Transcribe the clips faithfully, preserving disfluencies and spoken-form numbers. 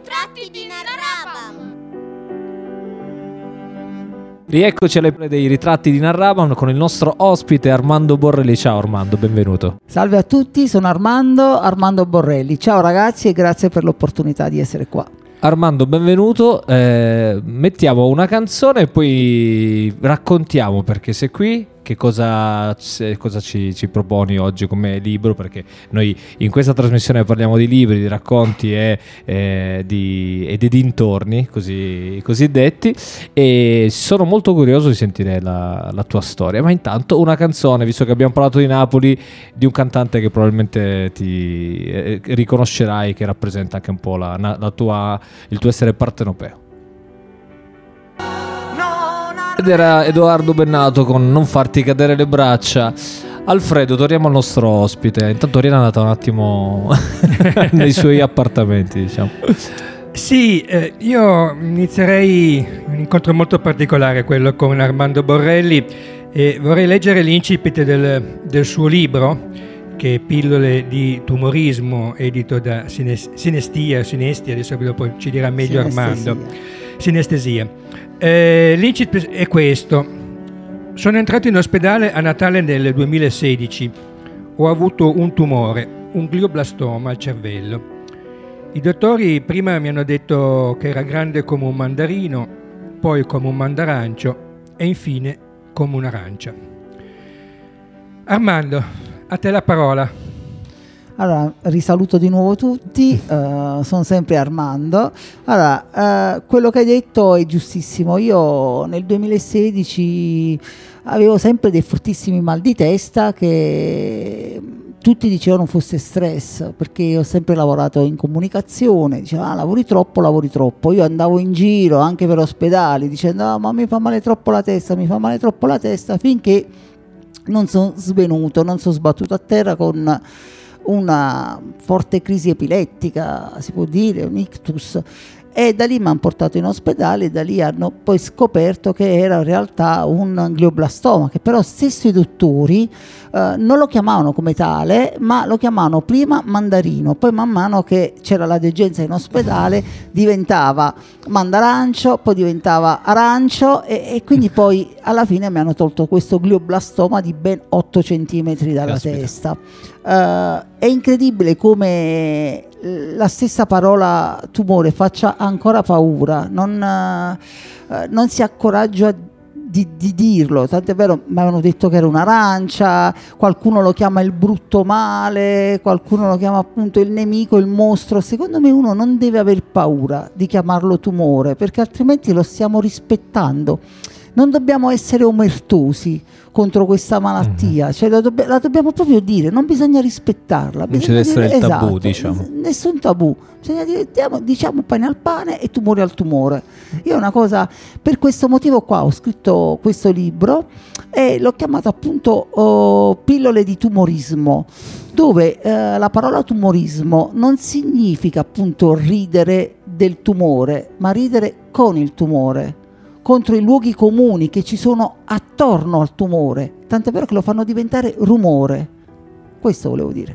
ritratti di Narrabam. Rieccoci alle prede dei ritratti di Narrabam con il nostro ospite Armando Borrelli. Ciao Armando, benvenuto. Salve a tutti, sono Armando, Armando Borrelli. Ciao ragazzi e grazie per l'opportunità di essere qua. Armando, benvenuto. Eh, mettiamo una canzone e poi raccontiamo perché sei qui. Che cosa, cosa ci, ci proponi oggi come libro? Perché noi in questa trasmissione parliamo di libri, di racconti e, eh, di, e dei dintorni così, cosiddetti, e sono molto curioso di sentire la, la tua storia. Ma intanto una canzone, visto che abbiamo parlato di Napoli, di un cantante che probabilmente ti eh, riconoscerai, che rappresenta anche un po' la, la tua, il tuo essere partenopeo. Ed era Edoardo Bennato con Non farti cadere le braccia. Alfredo, torniamo al nostro ospite. Intanto Riena è andata un attimo nei suoi appartamenti, diciamo. Sì, eh, io inizierei un incontro molto particolare, quello con Armando Borrelli, e vorrei leggere l'incipit del, del suo libro, che è Pillole di tumorismo, edito da Sines- Sinestia, Sinestia, adesso dopo ci dirà meglio Armando. Sinestesia. Eh, l'incipit è questo: sono entrato in ospedale a Natale nel duemilasedici, ho avuto un tumore, un glioblastoma al cervello. I dottori prima mi hanno detto che era grande come un mandarino, poi come un mandarancio e infine come un'arancia. Armando, a te la parola. Allora, risaluto di nuovo tutti, uh, sono sempre Armando. Allora, uh, quello che hai detto è giustissimo. Io nel duemilasedici avevo sempre dei fortissimi mal di testa che tutti dicevano fosse stress, perché ho sempre lavorato in comunicazione, dicevano ah, lavori troppo, lavori troppo. Io andavo in giro anche per ospedali dicendo ah, ma mi fa male troppo la testa, mi fa male troppo la testa, finché non sono svenuto, non sono sbattuto a terra con una forte crisi epilettica, si può dire, un ictus, e da lì mi hanno portato in ospedale e da lì hanno poi scoperto che era in realtà un glioblastoma, che però stesso i dottori eh, non lo chiamavano come tale, ma lo chiamavano prima mandarino, poi man mano che c'era la degenza in ospedale diventava mandarancio, poi diventava arancio e, e quindi poi alla fine mi hanno tolto questo glioblastoma di ben otto centimetri dalla Caspita. testa. Uh, è incredibile come la stessa parola tumore faccia ancora paura, non, uh, uh, non si ha coraggio di, di dirlo, tant'è vero mi avevano detto che era un'arancia, qualcuno lo chiama il brutto male, qualcuno lo chiama appunto il nemico, il mostro. Secondo me uno non deve aver paura di chiamarlo tumore, perché altrimenti lo stiamo rispettando. Non dobbiamo essere omertosi contro questa malattia, mm-hmm. cioè la, dobb- la dobbiamo proprio dire, non bisogna rispettarla. Non ci deve essere il esatto, tabù, diciamo. Nessun tabù, bisogna dire, diciamo pane al pane e tumore al tumore. Io una cosa, per questo motivo qua ho scritto questo libro e l'ho chiamato appunto oh, Pillole di tumorismo, dove eh, la parola tumorismo non significa appunto ridere del tumore, ma ridere con il tumore, contro i luoghi comuni che ci sono attorno al tumore, tant'è vero che lo fanno diventare rumore. Questo volevo dire.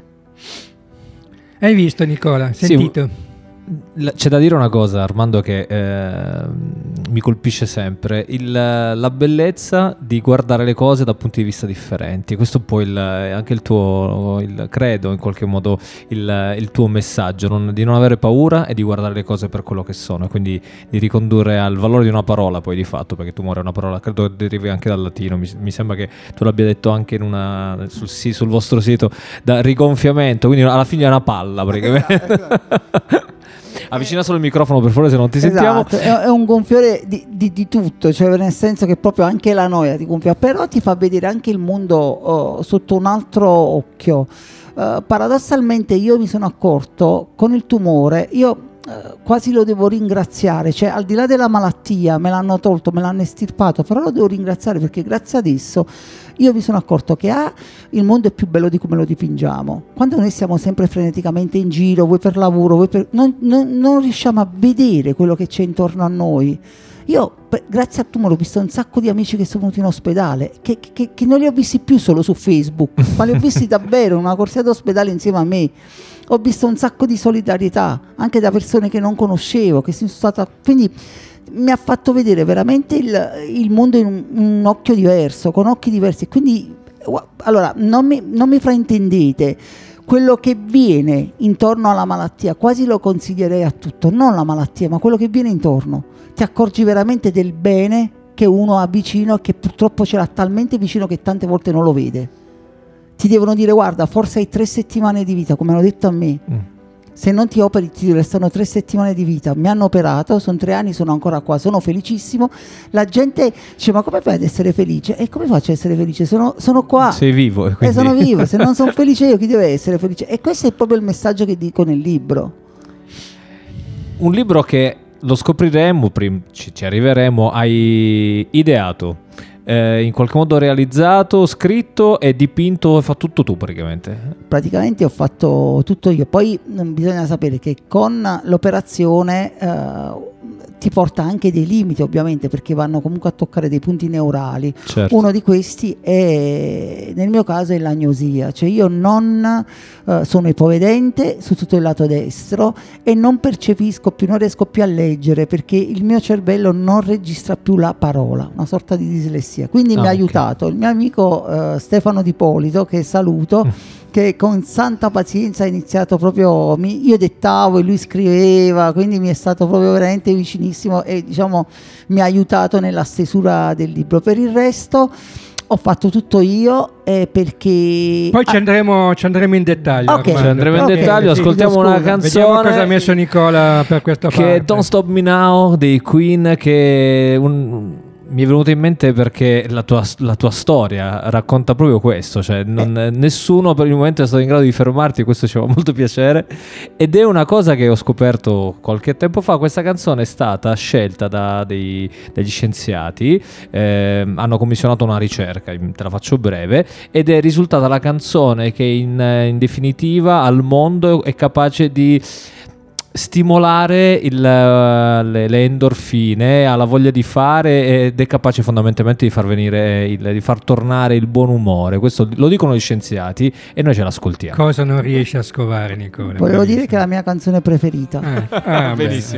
Hai visto, Nicola? Sentito? Sì, c'è da dire una cosa, Armando, che eh, mi colpisce sempre, il, la bellezza di guardare le cose da punti di vista differenti. Questo poi il, anche il tuo il credo, in qualche modo il, il tuo messaggio, non, di non avere paura e di guardare le cose per quello che sono, quindi di ricondurre al valore di una parola poi di fatto, perché tumore è una parola, credo derivi anche dal latino, mi, mi sembra che tu l'abbia detto anche in una, sul, sì, sul vostro sito, da rigonfiamento, quindi alla fine è una palla praticamente. Avvicina solo il microfono per favore, se non ti esatto, sentiamo. È un gonfiore di, di, di tutto, cioè nel senso che proprio anche la noia ti gonfia, però ti fa vedere anche il mondo oh, sotto un altro occhio. Uh, paradossalmente io mi sono accorto con il tumore, io uh, quasi lo devo ringraziare, cioè al di là della malattia me l'hanno tolto, me l'hanno estirpato, però lo devo ringraziare perché grazie ad esso io mi sono accorto che ah, il mondo è più bello di come lo dipingiamo. Quando noi siamo sempre freneticamente in giro, vuoi per lavoro, vuoi per... Non, non, non riusciamo a vedere quello che c'è intorno a noi. Io per, grazie a tumore ho visto un sacco di amici che sono venuti in ospedale, che, che, che non li ho visti più solo su Facebook, ma li ho visti davvero in una corsia d'ospedale insieme a me. ho visto un sacco di solidarietà anche da persone che non conoscevo, che sono stata, quindi mi ha fatto vedere veramente il, il mondo in un, un occhio diverso, con occhi diversi. Quindi allora non mi, non mi fraintendete, quello che viene intorno alla malattia quasi lo consiglierei a tutto, non la malattia ma quello che viene intorno. Ti accorgi veramente del bene che uno ha vicino e che purtroppo ce l'ha talmente vicino che tante volte non lo vede. Ti devono dire guarda, forse hai tre settimane di vita, come hanno detto a me, mm. se non ti operi ti restano tre settimane di vita. Mi hanno operato, sono tre anni, sono ancora qua, sono felicissimo. La gente dice ma come fai ad essere felice? E come faccio ad essere felice? Sono, sono qua, sei vivo, quindi... eh, sono vivo, se non sono felice io chi deve essere felice? E questo è proprio il messaggio che dico nel libro. Un libro che lo scopriremo, prima ci, ci arriveremo, hai ideato, eh, in qualche modo realizzato, scritto e dipinto, fa tutto tu praticamente. Praticamente ho fatto tutto io. Poi bisogna sapere che con l'operazione eh, ti porta anche dei limiti, ovviamente, perché vanno comunque a toccare dei punti neurali. Certo. Uno di questi è, nel mio caso, è l'agnosia, cioè io non eh, sono ipovedente su tutto il lato destro e non percepisco più, non riesco più a leggere perché il mio cervello non registra più la parola, una sorta di dislessia. Quindi ah, mi ha okay. aiutato il mio amico eh, Stefano Di Polito, che saluto, mm. che con santa pazienza ha iniziato proprio, mi, io dettavo e lui scriveva, quindi mi è stato proprio veramente vicinissimo e diciamo mi ha aiutato nella stesura del libro. Per il resto ho fatto tutto io eh, perché poi ci andremo, ci andremo in dettaglio. Okay. Ci andremo in okay. dettaglio, sì, ascoltiamo una canzone. Vediamo cosa ha messo Nicola per questa che parte. Che Don't Stop Me Now dei Queen, che un, mi è venuto in mente perché la tua, la tua storia racconta proprio questo, cioè non, eh. nessuno per il momento è stato in grado di fermarti, questo ci fa molto piacere, ed è una cosa che ho scoperto qualche tempo fa. Questa canzone è stata scelta da dei, degli scienziati, eh, hanno commissionato una ricerca, te la faccio breve, ed è risultata la canzone che in, in definitiva al mondo è capace di stimolare il, le, le endorfine, ha la voglia di fare ed è capace fondamentalmente di far venire il, di far tornare il buon umore. Questo lo dicono gli scienziati e noi ce l'ascoltiamo. Cosa non riesci a scovare, Nicola? Volevo Benissimo. dire che è la mia canzone preferita. Ah, ah, benissimo.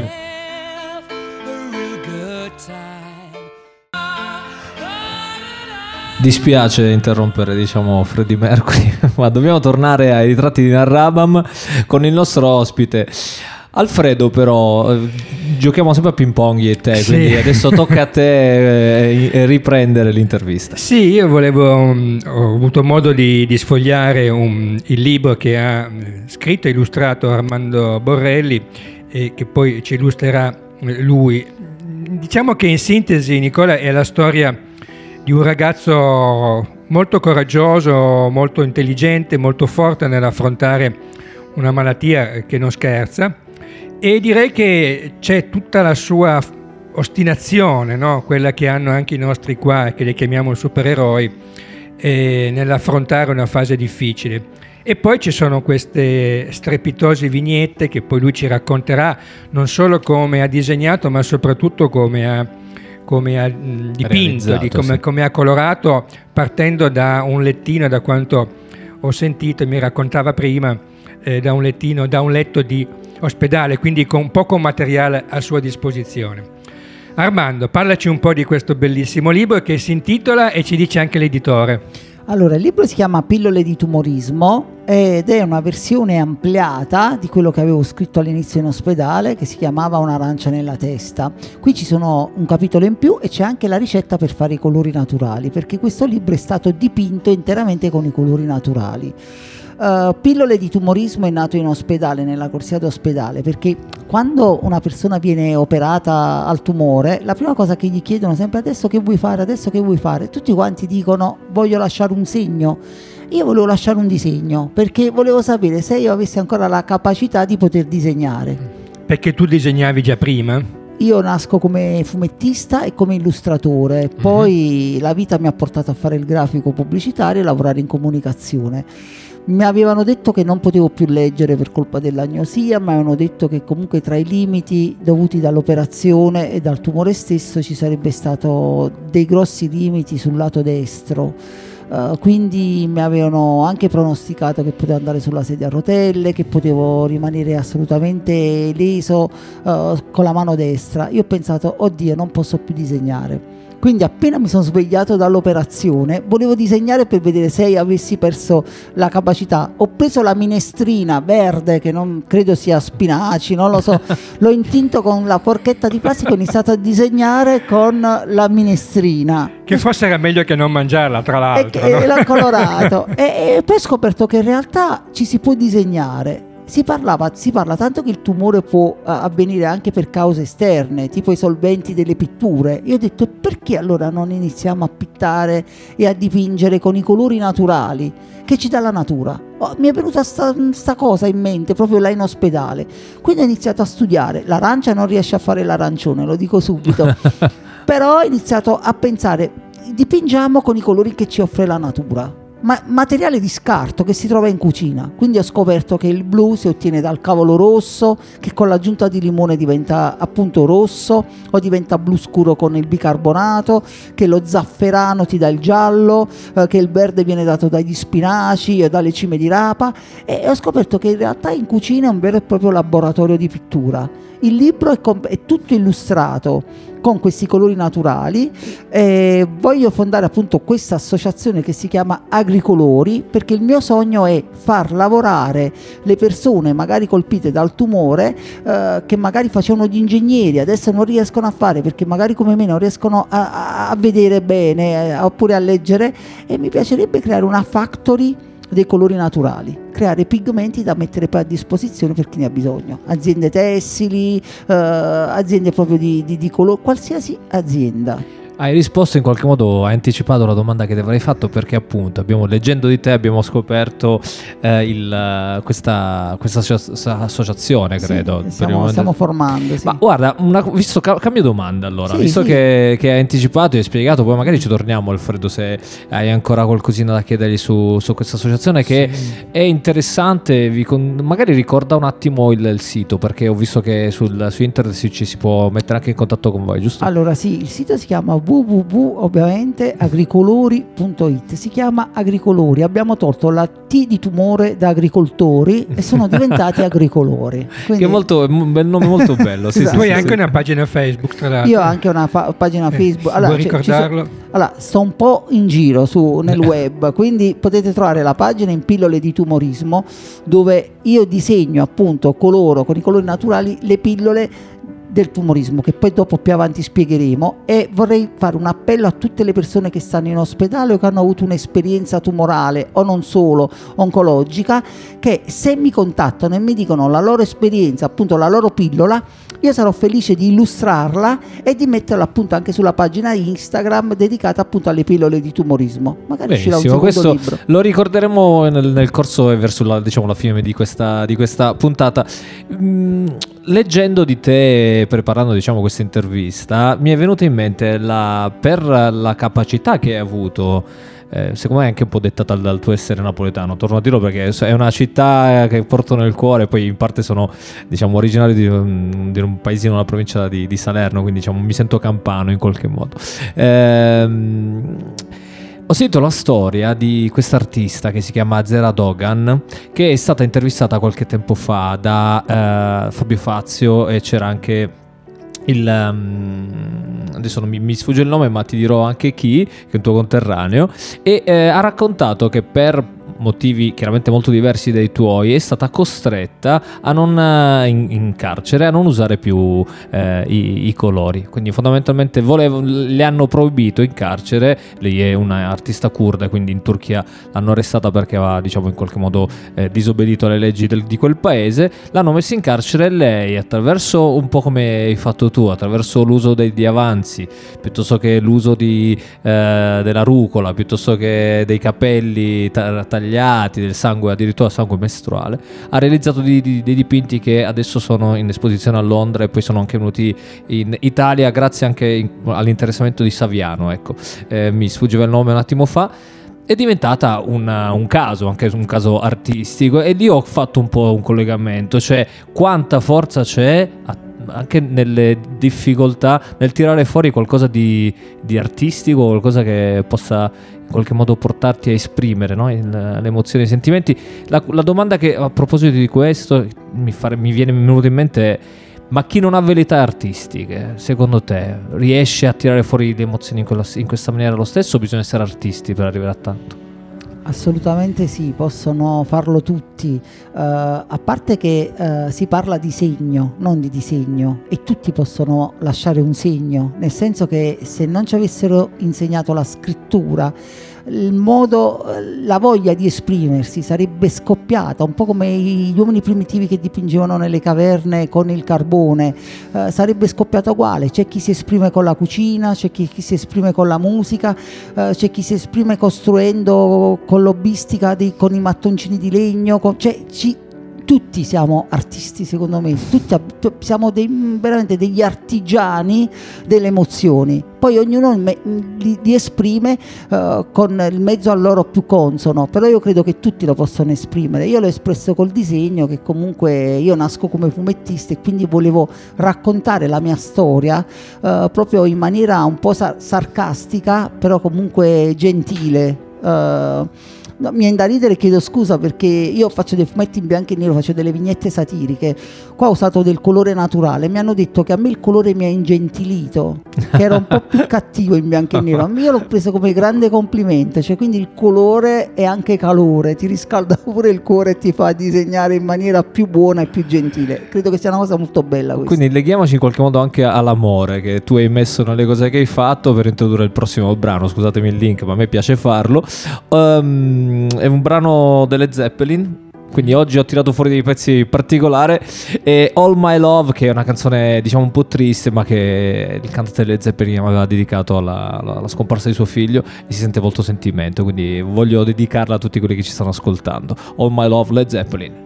Dispiace interrompere, diciamo, Freddie Mercury, ma dobbiamo tornare ai ritratti di Narrabam con il nostro ospite. Alfredo, però eh, giochiamo sempre a ping pong io e te, sì. Quindi adesso tocca a te eh, riprendere l'intervista. Sì, io volevo, um, ho avuto modo di, di sfogliare un, il libro che ha scritto e illustrato Armando Borrelli e che poi ci illustrerà lui. Diciamo che in sintesi, Nicola, è la storia di un ragazzo molto coraggioso, molto intelligente, molto forte nell'affrontare una malattia che non scherza. E direi che c'è tutta la sua ostinazione, no? Quella che hanno anche i nostri qua, che li chiamiamo supereroi, eh, nell'affrontare una fase difficile. E poi ci sono queste strepitose vignette che poi lui ci racconterà, non solo come ha disegnato, ma soprattutto come ha, come ha dipinto, di come, sì. come ha colorato, partendo da un lettino, da quanto ho sentito e mi raccontava prima, eh, da un lettino, da un letto di ospedale, quindi con poco materiale a sua disposizione. Armando, parlaci un po' di questo bellissimo libro che si intitola e ci dice anche l'editore. Allora, il libro si chiama Pillole di tumorismo ed è una versione ampliata di quello che avevo scritto all'inizio in ospedale, che si chiamava Un'arancia nella testa. Qui ci sono un capitolo in più e c'è anche la ricetta per fare i colori naturali, perché questo libro è stato dipinto interamente con i colori naturali. Uh, Pillole di tumorismo è nato in ospedale, nella corsia d'ospedale, perché quando una persona viene operata al tumore, la prima cosa che gli chiedono sempre: adesso che vuoi fare, adesso che vuoi fare? Tutti quanti dicono: voglio lasciare un segno. Io volevo lasciare un disegno, perché volevo sapere se io avessi ancora la capacità di poter disegnare. Perché tu disegnavi già prima? Io nasco come fumettista e come illustratore, poi uh-huh. la vita mi ha portato a fare il grafico pubblicitario e lavorare in comunicazione. Mi avevano detto che non potevo più leggere per colpa dell'agnosia, ma avevano detto che comunque tra i limiti dovuti dall'operazione e dal tumore stesso ci sarebbe stato dei grossi limiti sul lato destro. uh, quindi mi avevano anche pronosticato che potevo andare sulla sedia a rotelle, che potevo rimanere assolutamente leso uh, con la mano destra. Io ho pensato, oddio, non posso più disegnare. Quindi appena mi sono svegliato dall'operazione volevo disegnare per vedere se avessi perso la capacità. Ho preso la minestrina verde, che non credo sia spinaci, non lo so, l'ho intinto con la forchetta di plastica e ho iniziato a disegnare con la minestrina, che forse era meglio che non mangiarla, tra l'altro, e, no? e l'ho colorato e, e poi ho scoperto che in realtà ci si può disegnare. Si, parlava, si parla tanto che il tumore può uh, avvenire anche per cause esterne, tipo i solventi delle pitture. Io ho detto, perché allora non iniziamo a pittare e a dipingere con i colori naturali che ci dà la natura? Oh, mi è venuta sta, sta cosa in mente proprio là in ospedale. Quindi ho iniziato a studiare. L'arancia non riesce a fare l'arancione, lo dico subito. Però ho iniziato a pensare, dipingiamo con i colori che ci offre la natura. Ma materiale di scarto che si trova in cucina. Quindi ho scoperto che il blu si ottiene dal cavolo rosso, che con l'aggiunta di limone diventa appunto rosso o diventa blu scuro con il bicarbonato, che lo zafferano ti dà il giallo, eh, che il verde viene dato dagli spinaci e dalle cime di rapa, e ho scoperto che in realtà in cucina è un vero e proprio laboratorio di pittura. Il libro è, comp- è tutto illustrato con questi colori naturali. Eh, voglio fondare appunto questa associazione che si chiama Agricolori, perché il mio sogno è far lavorare le persone magari colpite dal tumore, eh, che magari facevano gli ingegneri, adesso non riescono a fare perché magari come me non riescono a, a vedere bene, eh, oppure a leggere, e mi piacerebbe creare una factory dei colori naturali, creare pigmenti da mettere poi a disposizione per chi ne ha bisogno, aziende tessili, eh, aziende proprio di, di, di colore, qualsiasi azienda. Hai risposto in qualche modo, hai anticipato la domanda che ti avrei fatto, perché appunto abbiamo, leggendo di te abbiamo scoperto eh, il, questa, questa associazione, credo. Sì, stiamo, stiamo formando, sì. Ma guarda, una, visto, cambio domanda allora, sì, visto sì. Che, che hai anticipato e hai spiegato, poi magari ci torniamo, Alfredo, se hai ancora qualcosina da chiedergli su, su questa associazione che sì. È interessante, vi con, magari ricorda un attimo il, il sito, perché ho visto che sul, su internet ci, ci si può mettere anche in contatto con voi, giusto? Allora sì, il sito si chiama w w w ovviamente agricolori punto it, si chiama Agricolori, abbiamo tolto la T di tumore da agricoltori e sono diventati agricolori. Quindi... che è molto, è un bel nome molto bello. Sì, esatto, tu hai sì, anche sì. una pagina Facebook, tra l'altro. Io ho anche una fa- pagina Facebook. Allora, vuoi ricordarlo? So, allora, sto un po' in giro su, nel web, quindi potete trovare la pagina in pillole di tumorismo, dove io disegno appunto coloro con i colori naturali le pillole del tumorismo, che poi dopo più avanti spiegheremo. E vorrei fare un appello a tutte le persone che stanno in ospedale o che hanno avuto un'esperienza tumorale o non solo oncologica, che se mi contattano e mi dicono la loro esperienza, appunto la loro pillola, io sarò felice di illustrarla e di metterla appunto anche sulla pagina Instagram dedicata appunto alle pillole di tumorismo. Magari uscirà un secondo questo libro. Lo ricorderemo nel, nel corso e verso la, diciamo, la fine di questa, di questa puntata. Mm, leggendo di te, preparando diciamo questa intervista, mi è venuta in mente la, per la capacità che hai avuto, eh, secondo me è anche un po' dettata dal, dal tuo essere napoletano, torno a dirlo perché è una città che porto nel cuore, poi in parte sono diciamo originario di un, di un paesino nella provincia di, di Salerno, quindi diciamo mi sento campano in qualche modo. Ehm Ho sentito la storia di quest'artista che si chiama Zera Dogan, che è stata intervistata qualche tempo fa da uh, Fabio Fazio, e c'era anche il um, adesso non mi, mi sfugge il nome, ma ti dirò anche chi, che è un tuo conterraneo, e eh, ha raccontato che per motivi chiaramente molto diversi dai tuoi è stata costretta a non in, in carcere a non usare più eh, i, i colori, quindi fondamentalmente volevo, le hanno proibito in carcere. Lei è una artista curda, quindi in Turchia l'hanno arrestata perché aveva diciamo in qualche modo eh, disobbedito alle leggi del, di quel paese, l'hanno messa in carcere e lei, attraverso un po' come hai fatto tu, attraverso l'uso dei, di avanzi, piuttosto che l'uso di, eh, della rucola, piuttosto che dei capelli tagliati, del sangue, addirittura sangue mestruale, ha realizzato dei, dei, dei dipinti che adesso sono in esposizione a Londra e poi sono anche venuti in Italia grazie anche in, all'interessamento di Saviano, ecco, eh, mi sfuggiva il nome un attimo fa. È diventata una, un caso, anche un caso artistico, e lì ho fatto un po' un collegamento, cioè quanta forza c'è a anche nelle difficoltà, nel tirare fuori qualcosa di, di artistico, qualcosa che possa in qualche modo portarti a esprimere, no? Il, le emozioni e i sentimenti. La, la domanda che a proposito di questo mi, fare, mi viene mi è venuta in mente è: ma chi non ha velleità artistiche, secondo te, riesce a tirare fuori le emozioni in, quella, in questa maniera lo stesso, o bisogna essere artisti per arrivare a tanto? Assolutamente sì, possono farlo tutti, uh, a parte che uh, si parla di segno, non di disegno, e tutti possono lasciare un segno, nel senso che se non ci avessero insegnato la scrittura, il modo, la voglia di esprimersi sarebbe scoppiata, un po' come gli uomini primitivi che dipingevano nelle caverne con il carbone, eh, sarebbe scoppiata uguale. C'è chi si esprime con la cucina, c'è chi, chi si esprime con la musica, eh, c'è chi si esprime costruendo con l'hobbistica, dei, con i mattoncini di legno, con, cioè ci, tutti siamo artisti, secondo me, tutti siamo dei, veramente degli artigiani delle emozioni. Poi ognuno li, li esprime uh, con il mezzo a loro più consono, però io credo che tutti lo possano esprimere. Io l'ho espresso col disegno, che comunque io nasco come fumettista e quindi volevo raccontare la mia storia uh, proprio in maniera un po' sar- sarcastica, però comunque gentile. Uh, No, mi viene da ridere, chiedo scusa perché io faccio dei fumetti in bianco e nero, faccio delle vignette satiriche. Qua ho usato del colore naturale, mi hanno detto che a me il colore mi ha ingentilito, che era un po' più cattivo in bianco e nero. A me io l'ho preso come grande complimento, cioè quindi il colore è anche calore, ti riscalda pure il cuore e ti fa disegnare in maniera più buona e più gentile. Credo che sia una cosa molto bella questa. Quindi leghiamoci in qualche modo anche all'amore che tu hai messo nelle cose che hai fatto per introdurre il prossimo brano. Scusatemi il link, ma a me piace farlo. um, È un brano delle Zeppelin, quindi oggi ho tirato fuori dei pezzi particolari, e All My Love, che è una canzone diciamo un po' triste, ma che il cantante delle Zeppelin aveva dedicato alla, alla scomparsa di suo figlio, e si sente molto sentimento, quindi voglio dedicarla a tutti quelli che ci stanno ascoltando. All My Love, Led Zeppelin.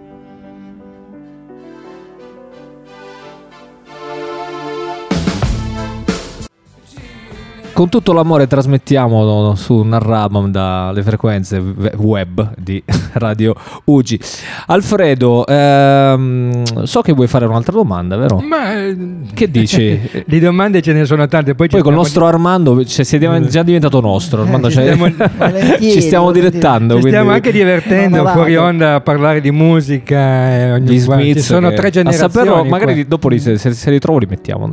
Con tutto l'amore trasmettiamo su Narrabam dalle frequenze web di Radio U G. Alfredo, ehm, so che vuoi fare un'altra domanda, vero? Ma che dici? Di domande ce ne sono tante. Poi, poi col nostro di... Armando, cioè, sei già diventato nostro. Armando, eh, ci, cioè, stiamo... ci stiamo dilettando. Ci quindi... stiamo anche divertendo fuori onda a parlare di musica. E ogni Gli Smith, ci sono che... tre generazioni. A saperlo, magari dopo li, se, se li trovo li mettiamo.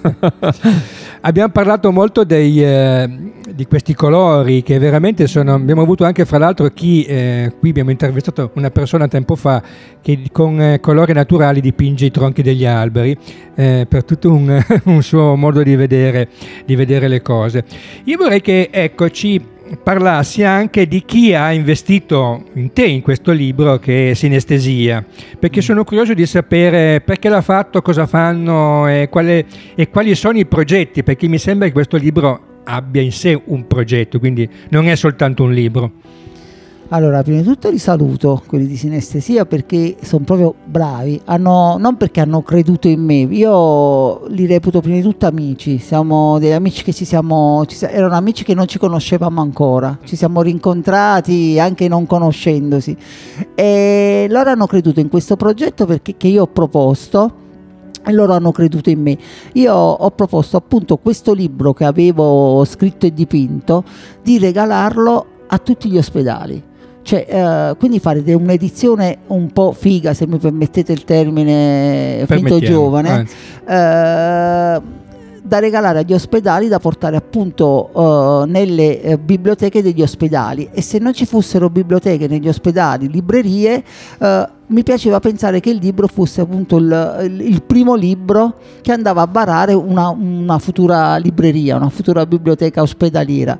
Abbiamo parlato molto dei, eh, di questi colori che veramente sono. Abbiamo avuto anche, fra l'altro, chi eh, qui abbiamo intervistato una persona tempo fa che con eh, colori naturali dipinge i tronchi degli alberi eh, per tutto un, un suo modo di vedere, di vedere le cose. Io vorrei che ecco ci parlassi anche di chi ha investito in te in questo libro, che è Sinestesia, perché sono curioso di sapere perché l'ha fatto, cosa fanno e, quale, e quali sono i progetti, perché mi sembra che questo libro abbia in sé un progetto, quindi non è soltanto un libro. Allora, prima di tutto li saluto, quelli di Sinestesia, perché sono proprio bravi, hanno, non perché hanno creduto in me, io li reputo prima di tutto amici, siamo degli amici che ci siamo, ci, erano amici che non ci conoscevamo ancora, ci siamo rincontrati anche non conoscendosi, e loro hanno creduto in questo progetto perché che io ho proposto, e loro hanno creduto in me. Io ho proposto appunto questo libro che avevo scritto e dipinto, di regalarlo a tutti gli ospedali. Cioè, eh, quindi fare un'edizione un po' figa, se mi permettete il termine, finto giovane, eh, da regalare agli ospedali, da portare appunto eh, nelle eh, biblioteche degli ospedali. E se non ci fossero biblioteche negli ospedali, librerie, eh, mi piaceva pensare che il libro fosse appunto il, il, il primo libro che andava a barare una, una futura libreria, una futura biblioteca ospedaliera.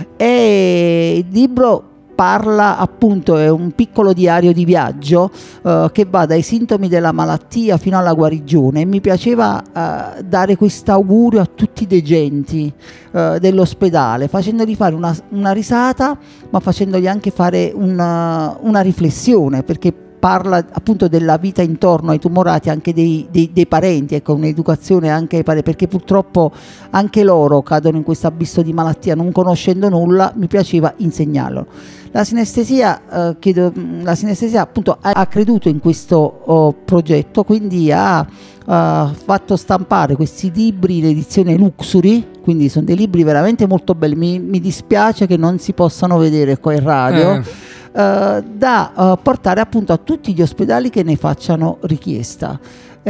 E il libro parla appunto, è un piccolo diario di viaggio uh, che va dai sintomi della malattia fino alla guarigione, e mi piaceva uh, dare questo augurio a tutti i degenti uh, dell'ospedale, facendogli fare una, una risata, ma facendogli anche fare una, una riflessione, perché parla appunto della vita intorno ai tumorati, anche dei, dei, dei parenti, ecco, un'educazione anche ai parenti, perché purtroppo anche loro cadono in questo abisso di malattia non conoscendo nulla. Mi piaceva insegnarlo. La sinestesia, eh, chiedo, la sinestesia appunto ha, ha creduto in questo oh, progetto, quindi ha uh, fatto stampare questi libri in edizione Luxury, quindi sono dei libri veramente molto belli. Mi, mi dispiace che non si possano vedere qua in radio, eh. uh, da uh, portare appunto a tutti gli ospedali che ne facciano richiesta.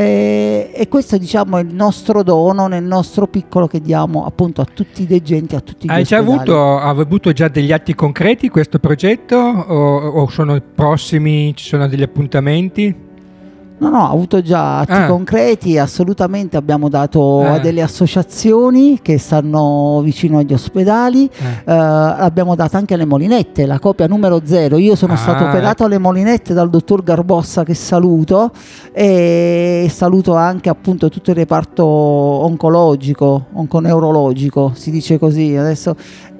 E, e questo, diciamo, è il nostro dono nel nostro piccolo che diamo appunto a tutti i degenti, a tutti gli Hai ospedali. già avuto, ha avuto già degli atti concreti questo progetto o, o sono prossimi, ci sono degli appuntamenti? No, no, ha avuto già atti ah. concreti, assolutamente. Abbiamo dato ah. a delle associazioni che stanno vicino agli ospedali, ah. eh, abbiamo dato anche alle Molinette, la copia numero zero. Io sono ah. stato operato alle Molinette dal dottor Garbossa, che saluto, e saluto anche appunto tutto il reparto oncologico, onconeurologico, si dice così adesso.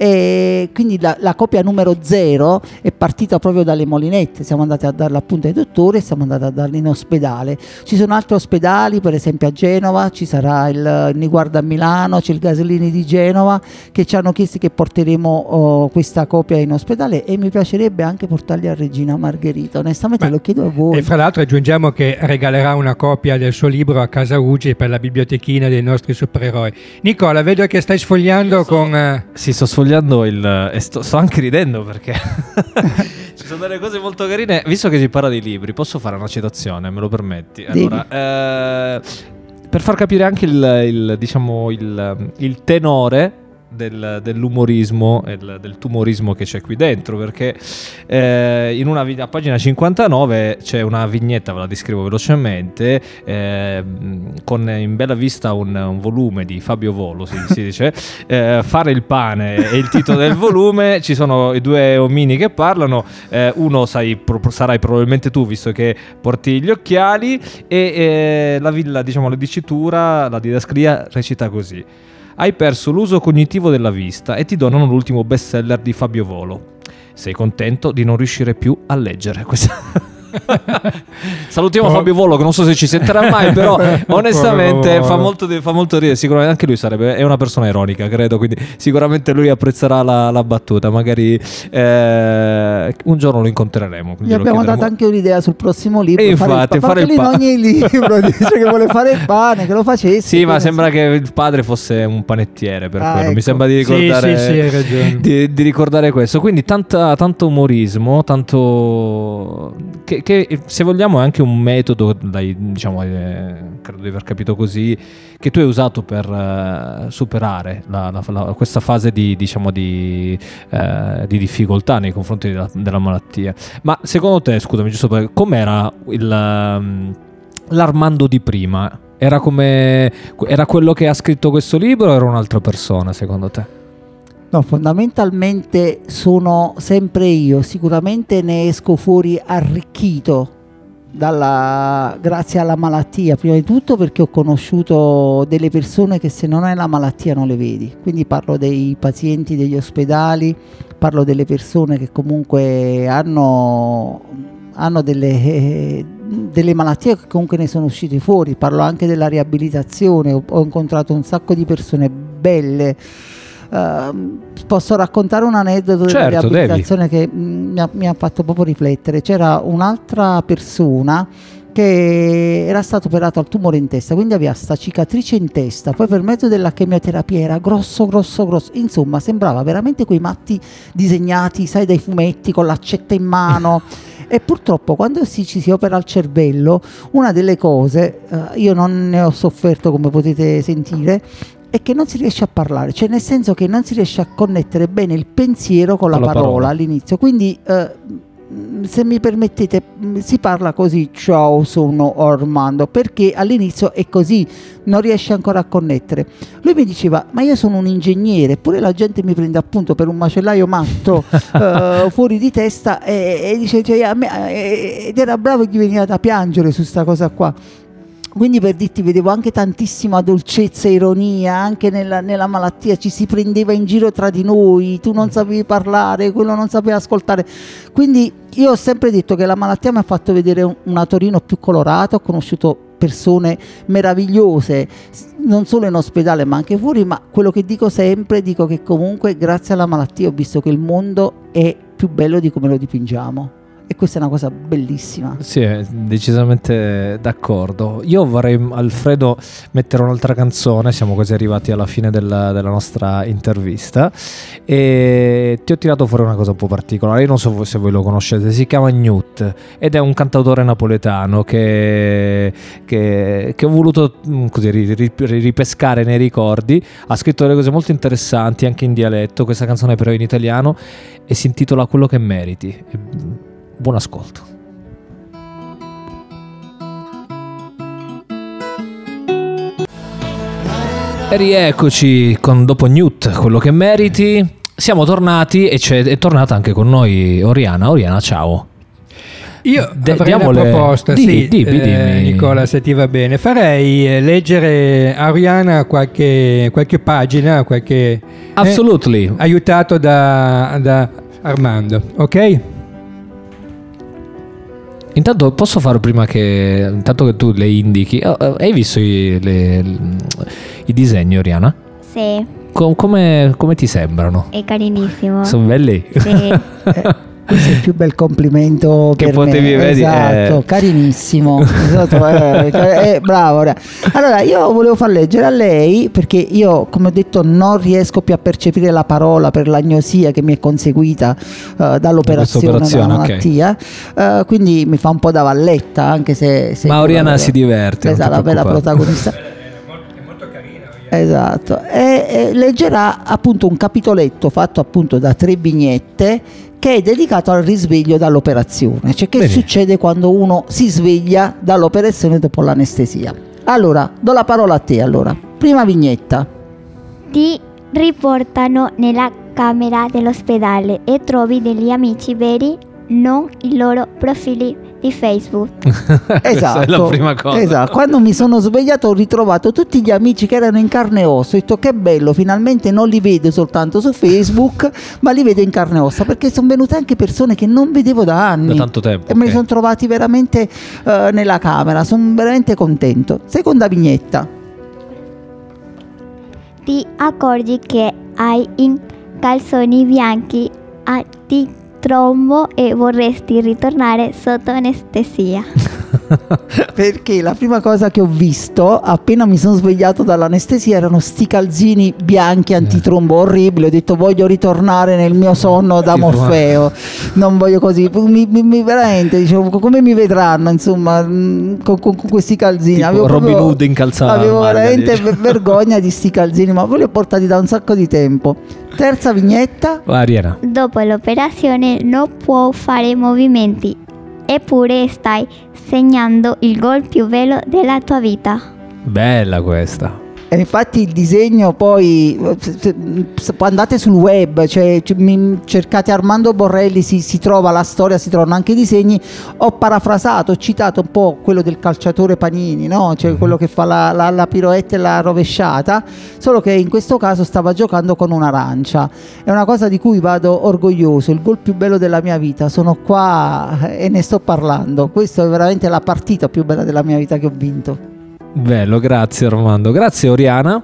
E quindi la, la copia numero zero è partita proprio dalle Molinette. Siamo andati a darla appunto ai dottori e siamo andati a darla in ospedale. Ci sono altri ospedali, per esempio a Genova ci sarà il Niguarda a Milano, c'è il Gaslini di Genova, che ci hanno chiesto che porteremo oh, questa copia in ospedale, e mi piacerebbe anche portarli a Regina Margherita. Onestamente Beh, lo chiedo a voi. E fra l'altro aggiungiamo che regalerà una copia del suo libro a Casa Uggi per la bibliotechina dei nostri supereroi. Nicola, vedo che stai sfogliando sto, con... Uh... Sì, sto sfogliando il... e sto, sto anche ridendo perché... Ci sono delle cose molto carine. Visto che si parla di libri, posso fare una citazione, me lo permetti? Allora, eh, per far capire anche il, il, diciamo, il, il tenore del, dell'umorismo e del, del tumorismo che c'è qui dentro, perché eh, in una a pagina cinquantanove c'è una vignetta, ve la descrivo velocemente, eh, con in bella vista un, un volume di Fabio Volo, si, si dice, eh, Fare il pane è il titolo del volume. Ci sono i due omini che parlano, eh, uno sai, pro, sarai probabilmente tu, visto che porti gli occhiali, e eh, la villa, diciamo, la dicitura, la didascalia recita così: hai perso l'uso cognitivo della vista e ti donano l'ultimo bestseller di Fabio Volo. Sei contento di non riuscire più a leggere questa... Salutiamo oh. Fabio Volo, che non so se ci sentirà mai, però onestamente fa molto, fa molto ridere. Sicuramente anche lui sarebbe, è una persona ironica, credo, quindi sicuramente lui apprezzerà la, la battuta. Magari eh, un giorno lo incontreremo. Gli abbiamo dato anche un'idea sul prossimo libro. E infatti, fare il, fare il in ogni libro dice che vuole fare il pane, che lo facesse. Sì, ma sembra sì. che il padre fosse un panettiere, per ah, quello ecco. mi sembra di ricordare, sì, sì, sì, hai ragione. Di, di ricordare questo. Quindi tanta, tanto umorismo, tanto che che se vogliamo è anche un metodo, dai, diciamo, eh, credo di aver capito così, che tu hai usato per uh, superare la, la, la, questa fase di, diciamo, di, uh, di difficoltà nei confronti della, della malattia. Ma secondo te, scusami, giusto per, com'era il, um, l'Armando di prima? Era come era quello che ha scritto questo libro o era un'altra persona, secondo te? No, fondamentalmente sono sempre io. Sicuramente ne esco fuori arricchito dalla, grazie alla malattia, prima di tutto perché ho conosciuto delle persone che se non hai la malattia non le vedi. Quindi parlo dei pazienti degli ospedali, parlo delle persone che comunque hanno, hanno delle... Eh, delle malattie che comunque ne sono uscite fuori. Parlo anche della riabilitazione. Ho, ho incontrato un sacco di persone belle. Uh, posso raccontare un aneddoto certo, della riabilitazione devi. che mh, mi, ha, mi ha fatto proprio riflettere. C'era un'altra persona che era stato operato al tumore in testa, quindi aveva sta cicatrice in testa, poi per mezzo della chemioterapia era grosso grosso grosso, insomma sembrava veramente quei matti disegnati, sai, dai fumetti, con l'accetta in mano. E purtroppo quando si, ci si opera al cervello, una delle cose, uh, io non ne ho sofferto come potete sentire, è che non si riesce a parlare, cioè nel senso che non si riesce a connettere bene il pensiero con la, con la parola, parola all'inizio. Quindi eh, se mi permettete, si parla così: ciao, sono Armando, perché all'inizio è così, non riesce ancora a connettere. Lui mi diceva: ma io sono un ingegnere, eppure la gente mi prende appunto per un macellaio matto uh, fuori di testa, e, e dice, cioè, a me, ed era bravo, e gli veniva da piangere su sta cosa qua. quindi per dirti, vedevo anche tantissima dolcezza e ironia anche nella, nella malattia, ci si prendeva in giro tra di noi, tu non sapevi parlare, quello non sapeva ascoltare, quindi io ho sempre detto che la malattia mi ha fatto vedere un- una Torino più colorata, ho conosciuto persone meravigliose non solo in ospedale ma anche fuori, ma quello che dico sempre, dico che comunque grazie alla malattia ho visto che il mondo è più bello di come lo dipingiamo. E questa è una cosa bellissima. Sì, decisamente d'accordo. Io vorrei, Alfredo, mettere un'altra canzone. Siamo quasi arrivati alla fine della, della nostra intervista e ti ho tirato fuori una cosa un po' particolare. Io non so se voi lo conoscete, si chiama Newt ed è un cantautore napoletano che, che, che ho voluto così ripescare nei ricordi. Ha scritto delle cose molto interessanti anche in dialetto. Questa canzone però è in italiano e si intitola Quello che meriti. Buon ascolto. E rieccoci con Dopo Newt, Quello che meriti. Siamo tornati e c'è, è tornata anche con noi Oriana. Oriana, ciao. Io De- avrei una diamole- proposta, di- sì, dimmi, eh, dimmi. Nicola, se ti va bene. Farei eh, leggere a Oriana qualche, qualche pagina, qualche eh, Absolutely. aiutato da, da Armando, ok? Intanto posso fare prima che intanto che tu le indichi. oh, oh, Hai visto i, le- i disegni, Oriana? Sì, Co- come, come ti sembrano? è carinissimo. Sono belli? Sì. Questo è il più bel complimento Che per potevi me. vedere, Esatto, eh. carinissimo. Esatto, eh, eh, eh, bravo. Ora. Allora, io volevo far leggere a lei perché io, come ho detto, non riesco più a percepire la parola per l'agnosia che mi è conseguita eh, dall'operazione della operazione, ok. malattia. Eh, quindi mi fa un po' da valletta, anche se, se Ma Oriana la- si diverte, non ti Esatto, la bella preoccupare. protagonista. Esatto, e, e leggerà appunto un capitoletto fatto appunto da tre vignette che è dedicato al risveglio dall'operazione, cioè che Bene. succede quando uno si sveglia dall'operazione dopo l'anestesia. Allora, do la parola a te allora. Prima vignetta. Ti riportano nella camera dell'ospedale e trovi degli amici veri, non i loro profili di Facebook. Esatto. Questa è la prima cosa. Esatto. Quando mi sono svegliato ho ritrovato tutti gli amici che erano in carne e ossa. Ho detto che bello, finalmente non li vedo soltanto su Facebook, ma li vedo in carne e ossa, perché sono venute anche persone che non vedevo da anni. Da tanto tempo. E me li ok. sono trovati veramente eh, nella camera, sono veramente contento. Seconda vignetta. Ti accorgi che hai in calzoni bianchi, a ti trombo e vorresti ritornare sotto anestesia. Perché la prima cosa che ho visto appena mi sono svegliato dall'anestesia erano sti calzini bianchi antitrombo orribili. Ho detto voglio ritornare nel mio sonno da Morfeo, non voglio così. Mi, mi- mi- veramente dicevo come mi vedranno insomma mh, con, con- con questi calzini. Tipo Robin proprio- Hood in calzata Avevo larga, veramente dici. ver- vergogna di sti calzini, ma ve li ho portati da un sacco di tempo. Terza vignetta. Vai, Oriana. Dopo l'operazione non puoi fare movimenti, eppure stai segnando il gol più bello della tua vita. Bella questa. E infatti il disegno poi se- se- se- andate sul web, cioè, c- mi- cercate Armando Borrelli, si, si trova la storia, si trovano anche i disegni. Ho parafrasato, ho citato un po' quello del calciatore Panini, no? Cioè quello che fa la, la, la piroetta e la rovesciata, solo che in questo caso stava giocando con un'arancia. È una cosa di cui vado orgoglioso, il gol più bello della mia vita, sono qua e ne sto parlando. Questa è veramente la partita più bella della mia vita che ho vinto. Bello, grazie Armando. Grazie Oriana.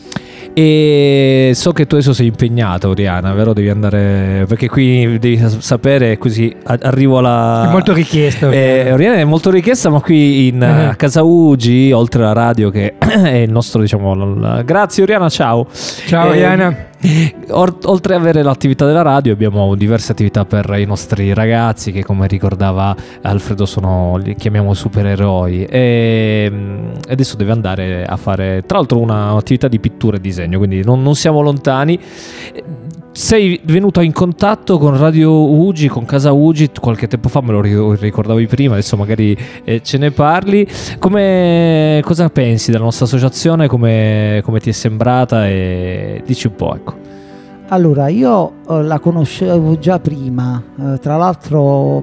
E so che tu adesso sei impegnata, Oriana, vero? Devi andare, perché qui devi sa- sapere, così a- arrivo alla... È molto richiesto. Eh, Oriana è molto richiesta, ma qui in, Eh. a Casa Ugi, oltre alla radio che è il nostro, diciamo, l- grazie Oriana, ciao. Ciao Eh, Oriana. or- oltre ad avere l'attività della radio abbiamo diverse attività per i nostri ragazzi che, come ricordava Alfredo, sono, li chiamiamo supereroi, e mm, adesso deve andare a fare tra l'altro un'attività di pittura e disegno, quindi non, non siamo lontani. Sei venuto in contatto con Radio Ugi, con Casa Ugi qualche tempo fa, me lo ri- ricordavi prima, adesso magari eh, ce ne parli. Come, cosa pensi della nostra associazione, come, come ti è sembrata, e dici un po', ecco. Allora, io eh, la conoscevo già prima, eh, tra l'altro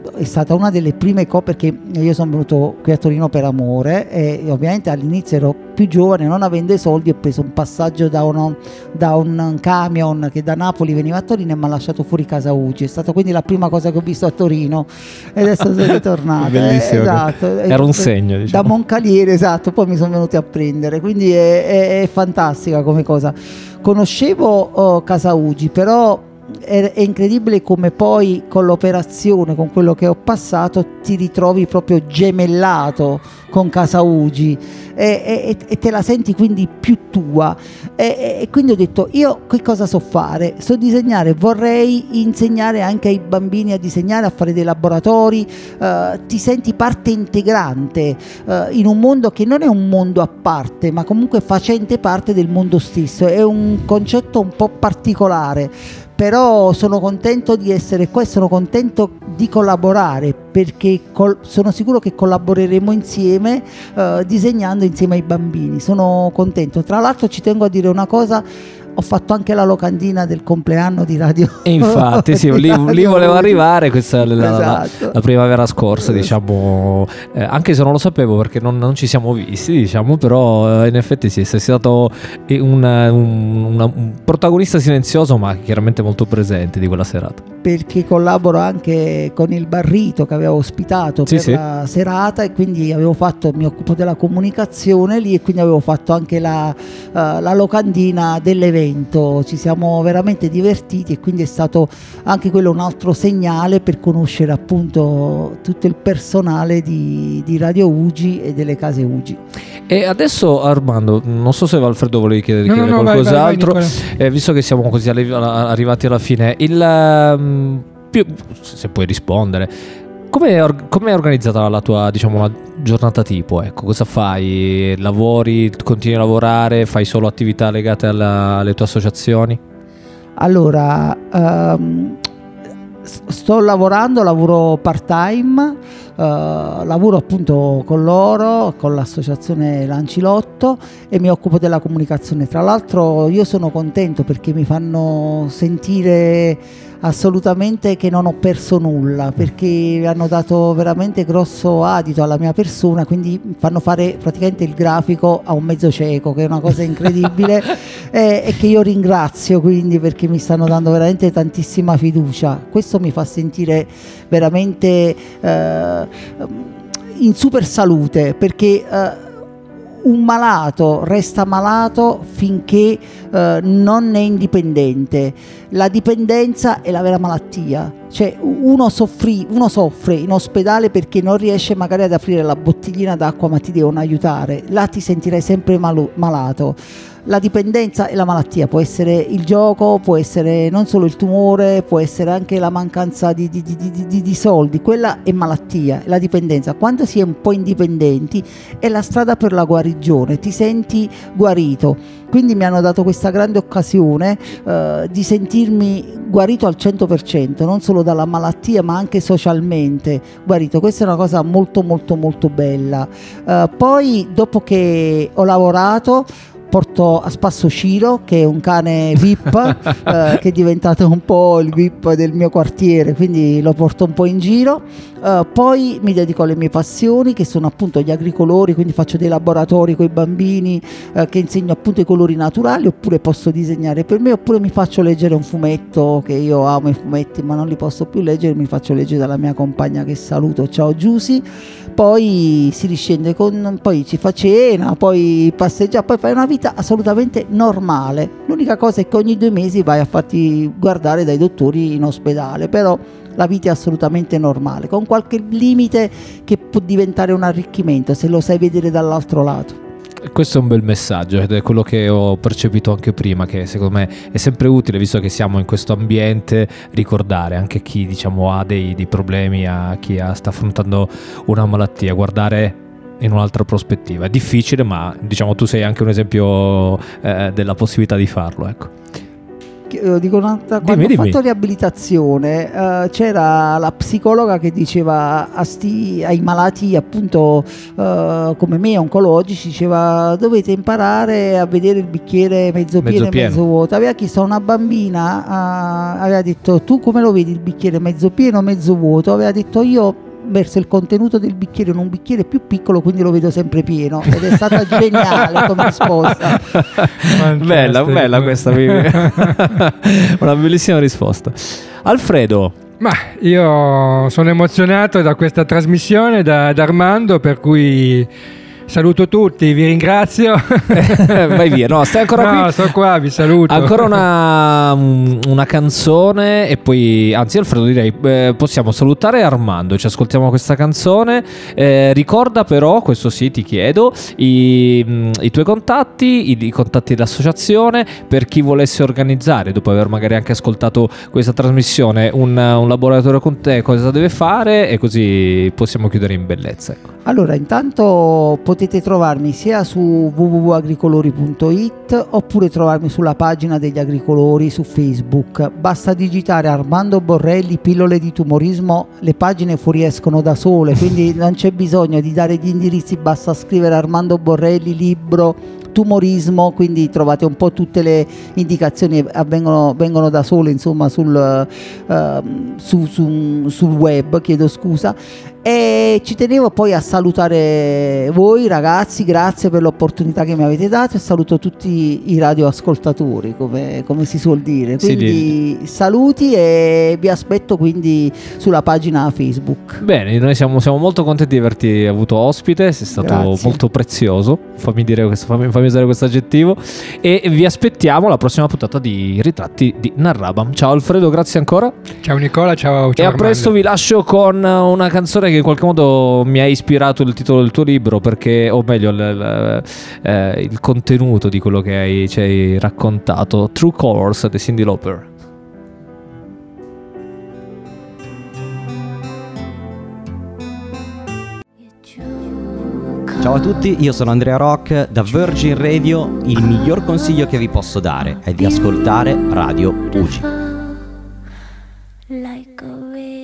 è stata una delle prime cose, perché io sono venuto qui a Torino per amore e ovviamente all'inizio ero più giovane, non avendo i soldi ho preso un passaggio da, uno, da un camion che da Napoli veniva a Torino e mi ha lasciato fuori Casa Ugi. È stata quindi la prima cosa che ho visto a Torino e adesso sono ritornato. Bellissimo, eh, esatto. Era un segno, diciamo. Da Moncalieri, esatto, poi mi sono venuti a prendere, quindi è, è, è fantastica come cosa. Conoscevo oh, Casa Ugi, però è, è incredibile come poi con l'operazione, con quello che ho passato, ti ritrovi proprio gemellato con Casa Ugi e, e, e te la senti quindi più tua e, e quindi ho detto, io che cosa so fare? So disegnare, vorrei insegnare anche ai bambini a disegnare, a fare dei laboratori, uh, ti senti parte integrante uh, in un mondo che non è un mondo a parte, ma comunque facente parte del mondo stesso. È un concetto un po' particolare, però sono contento di essere qua e sono contento di collaborare, perché col- sono sicuro che collaboreremo insieme uh, disegnando insieme ai bambini. Sono contento. Tra l'altro ci tengo a dire una cosa, ho fatto anche la locandina del compleanno di Radio. E infatti sì, lì, lì volevo arrivare, questa è la, esatto. la, la primavera scorsa, diciamo, eh, anche se non lo sapevo perché non, non ci siamo visti, diciamo, però eh, in effetti sì, sei stato un, un, una, un protagonista silenzioso ma chiaramente molto presente di quella serata. Perché collaboro anche con il Barrito che avevo ospitato sì, per sì. la serata e quindi avevo fatto, mi occupo della comunicazione lì e quindi avevo fatto anche la, uh, la locandina dell'evento. Ci siamo veramente divertiti e quindi è stato anche quello un altro segnale per conoscere appunto tutto il personale di, di Radio Ugi e delle case Ugi. E adesso Armando, non so se Alfredo volevi chiedere, no, chiedere no, no, qualcos'altro, vai, vai, vai, eh, visto che siamo così arri- arrivati alla fine, il um, più, se puoi rispondere, come è, or- è organizzata la tua, diciamo, una giornata tipo? Ecco, cosa fai? Lavori, continui a lavorare, fai solo attività legate alla, alle tue associazioni? Allora, um, sto lavorando, lavoro part time, uh, lavoro appunto con loro, con l'associazione Lancilotto e mi occupo della comunicazione. Tra l'altro io sono contento perché mi fanno sentire assolutamente che non ho perso nulla, perché hanno dato veramente grosso adito alla mia persona, quindi fanno fare praticamente il grafico a un mezzo cieco, che è una cosa incredibile e, e che io ringrazio quindi, perché mi stanno dando veramente tantissima fiducia. Questo mi fa sentire veramente eh, in super salute, perché eh, un malato resta malato finché eh, non è indipendente. La dipendenza è la vera malattia, cioè uno, soffri, uno soffre in ospedale perché non riesce magari ad aprire la bottiglina d'acqua ma ti devono aiutare, là ti sentirai sempre malu- malato. La dipendenza e la malattia può essere il gioco, può essere non solo il tumore, può essere anche la mancanza di, di, di, di, di soldi, quella è malattia. La dipendenza, quando si è un po' indipendenti, è la strada per la guarigione, ti senti guarito. Quindi mi hanno dato questa grande occasione eh, di sentirmi guarito al cento per cento, non solo dalla malattia ma anche socialmente guarito. Questa è una cosa molto molto molto bella. Eh, poi dopo che ho lavorato porto a spasso Ciro, che è un cane V I P eh, che è diventato un po' il V I P del mio quartiere, quindi lo porto un po' in giro. Uh, poi mi dedico alle mie passioni, che sono appunto gli agricolori, quindi faccio dei laboratori con i bambini uh, che insegno appunto i colori naturali, oppure posso disegnare per me, oppure mi faccio leggere un fumetto, che io amo i fumetti ma non li posso più leggere, mi faccio leggere dalla mia compagna che saluto, ciao Giusy. Poi si riscende con, poi ci fa cena, poi passeggia, poi fai una vita assolutamente normale. L'unica cosa è che ogni due mesi vai a farti guardare dai dottori in ospedale, però la vita è assolutamente normale, con qualche limite che può diventare un arricchimento se lo sai vedere dall'altro lato. Questo è un bel messaggio ed è quello che ho percepito anche prima, che secondo me è sempre utile, visto che siamo in questo ambiente, ricordare anche chi, diciamo, ha dei, dei problemi, a chi ha, sta affrontando una malattia, guardare in un'altra prospettiva. È difficile, ma diciamo tu sei anche un esempio eh, della possibilità di farlo, ecco. eh, dico un'altra, quando dimmi, ho dimmi. fatto riabilitazione eh, c'era la psicologa che diceva a sti, ai malati appunto eh, come me oncologici, diceva dovete imparare a vedere il bicchiere mezzo pieno Mezzo e pieno. mezzo vuoto. Aveva chiesto a una bambina, eh, aveva detto tu come lo vedi il bicchiere mezzo pieno o mezzo vuoto? Aveva detto io verso il contenuto del bicchiere in un bicchiere più piccolo, quindi lo vedo sempre pieno, ed è stata geniale come risposta. Bella, bella questa, una bellissima risposta. Alfredo. Ma io sono emozionato da questa trasmissione, da, da Armando, per cui saluto tutti, vi ringrazio. Vai via, no, stai ancora no, qui. sto qua, vi saluto. Ancora una, una canzone e poi, anzi Alfredo direi eh, possiamo salutare Armando, ci ascoltiamo questa canzone. Eh, ricorda però, questo sì ti chiedo, i, i tuoi contatti, i, i contatti dell'associazione per chi volesse organizzare, dopo aver magari anche ascoltato questa trasmissione, un, un laboratorio con te, cosa deve fare, e così possiamo chiudere in bellezza, ecco. Allora, intanto potete trovarmi sia su w w w punto agricolori punto i t oppure trovarmi sulla pagina degli agricolori su Facebook. Basta digitare Armando Borrelli, pillole di tumorismo, le pagine fuoriescono da sole, quindi non c'è bisogno di dare gli indirizzi, basta scrivere Armando Borrelli, libro, tumorismo, quindi trovate un po' tutte le indicazioni, avvengono, vengono da sole, insomma, sul, uh, su, su, sul web, chiedo scusa. E ci tenevo poi a salutare voi ragazzi, grazie per l'opportunità che mi avete dato, e saluto tutti i radioascoltatori, come, come si suol dire, quindi sì, saluti, e vi aspetto quindi sulla pagina Facebook. Bene, noi siamo, siamo molto contenti di averti avuto ospite, sei stato grazie. Molto prezioso, fammi dire questo, fammi, fammi usare questo aggettivo, e vi aspettiamo alla prossima puntata di Ritratti di Narrabam. Ciao Alfredo, grazie ancora. Ciao Nicola, ciao, ciao e a presto. Vi lascio con una canzone che in qualche modo mi ha ispirato il titolo del tuo libro, perché, o meglio, il, il, eh, il contenuto di quello che hai, ci hai raccontato. True Colors di Cyndi Lauper. Ciao a tutti, io sono Andrea Rock da Virgin Radio. Il miglior consiglio che vi posso dare è di ascoltare Radio U G I. Like a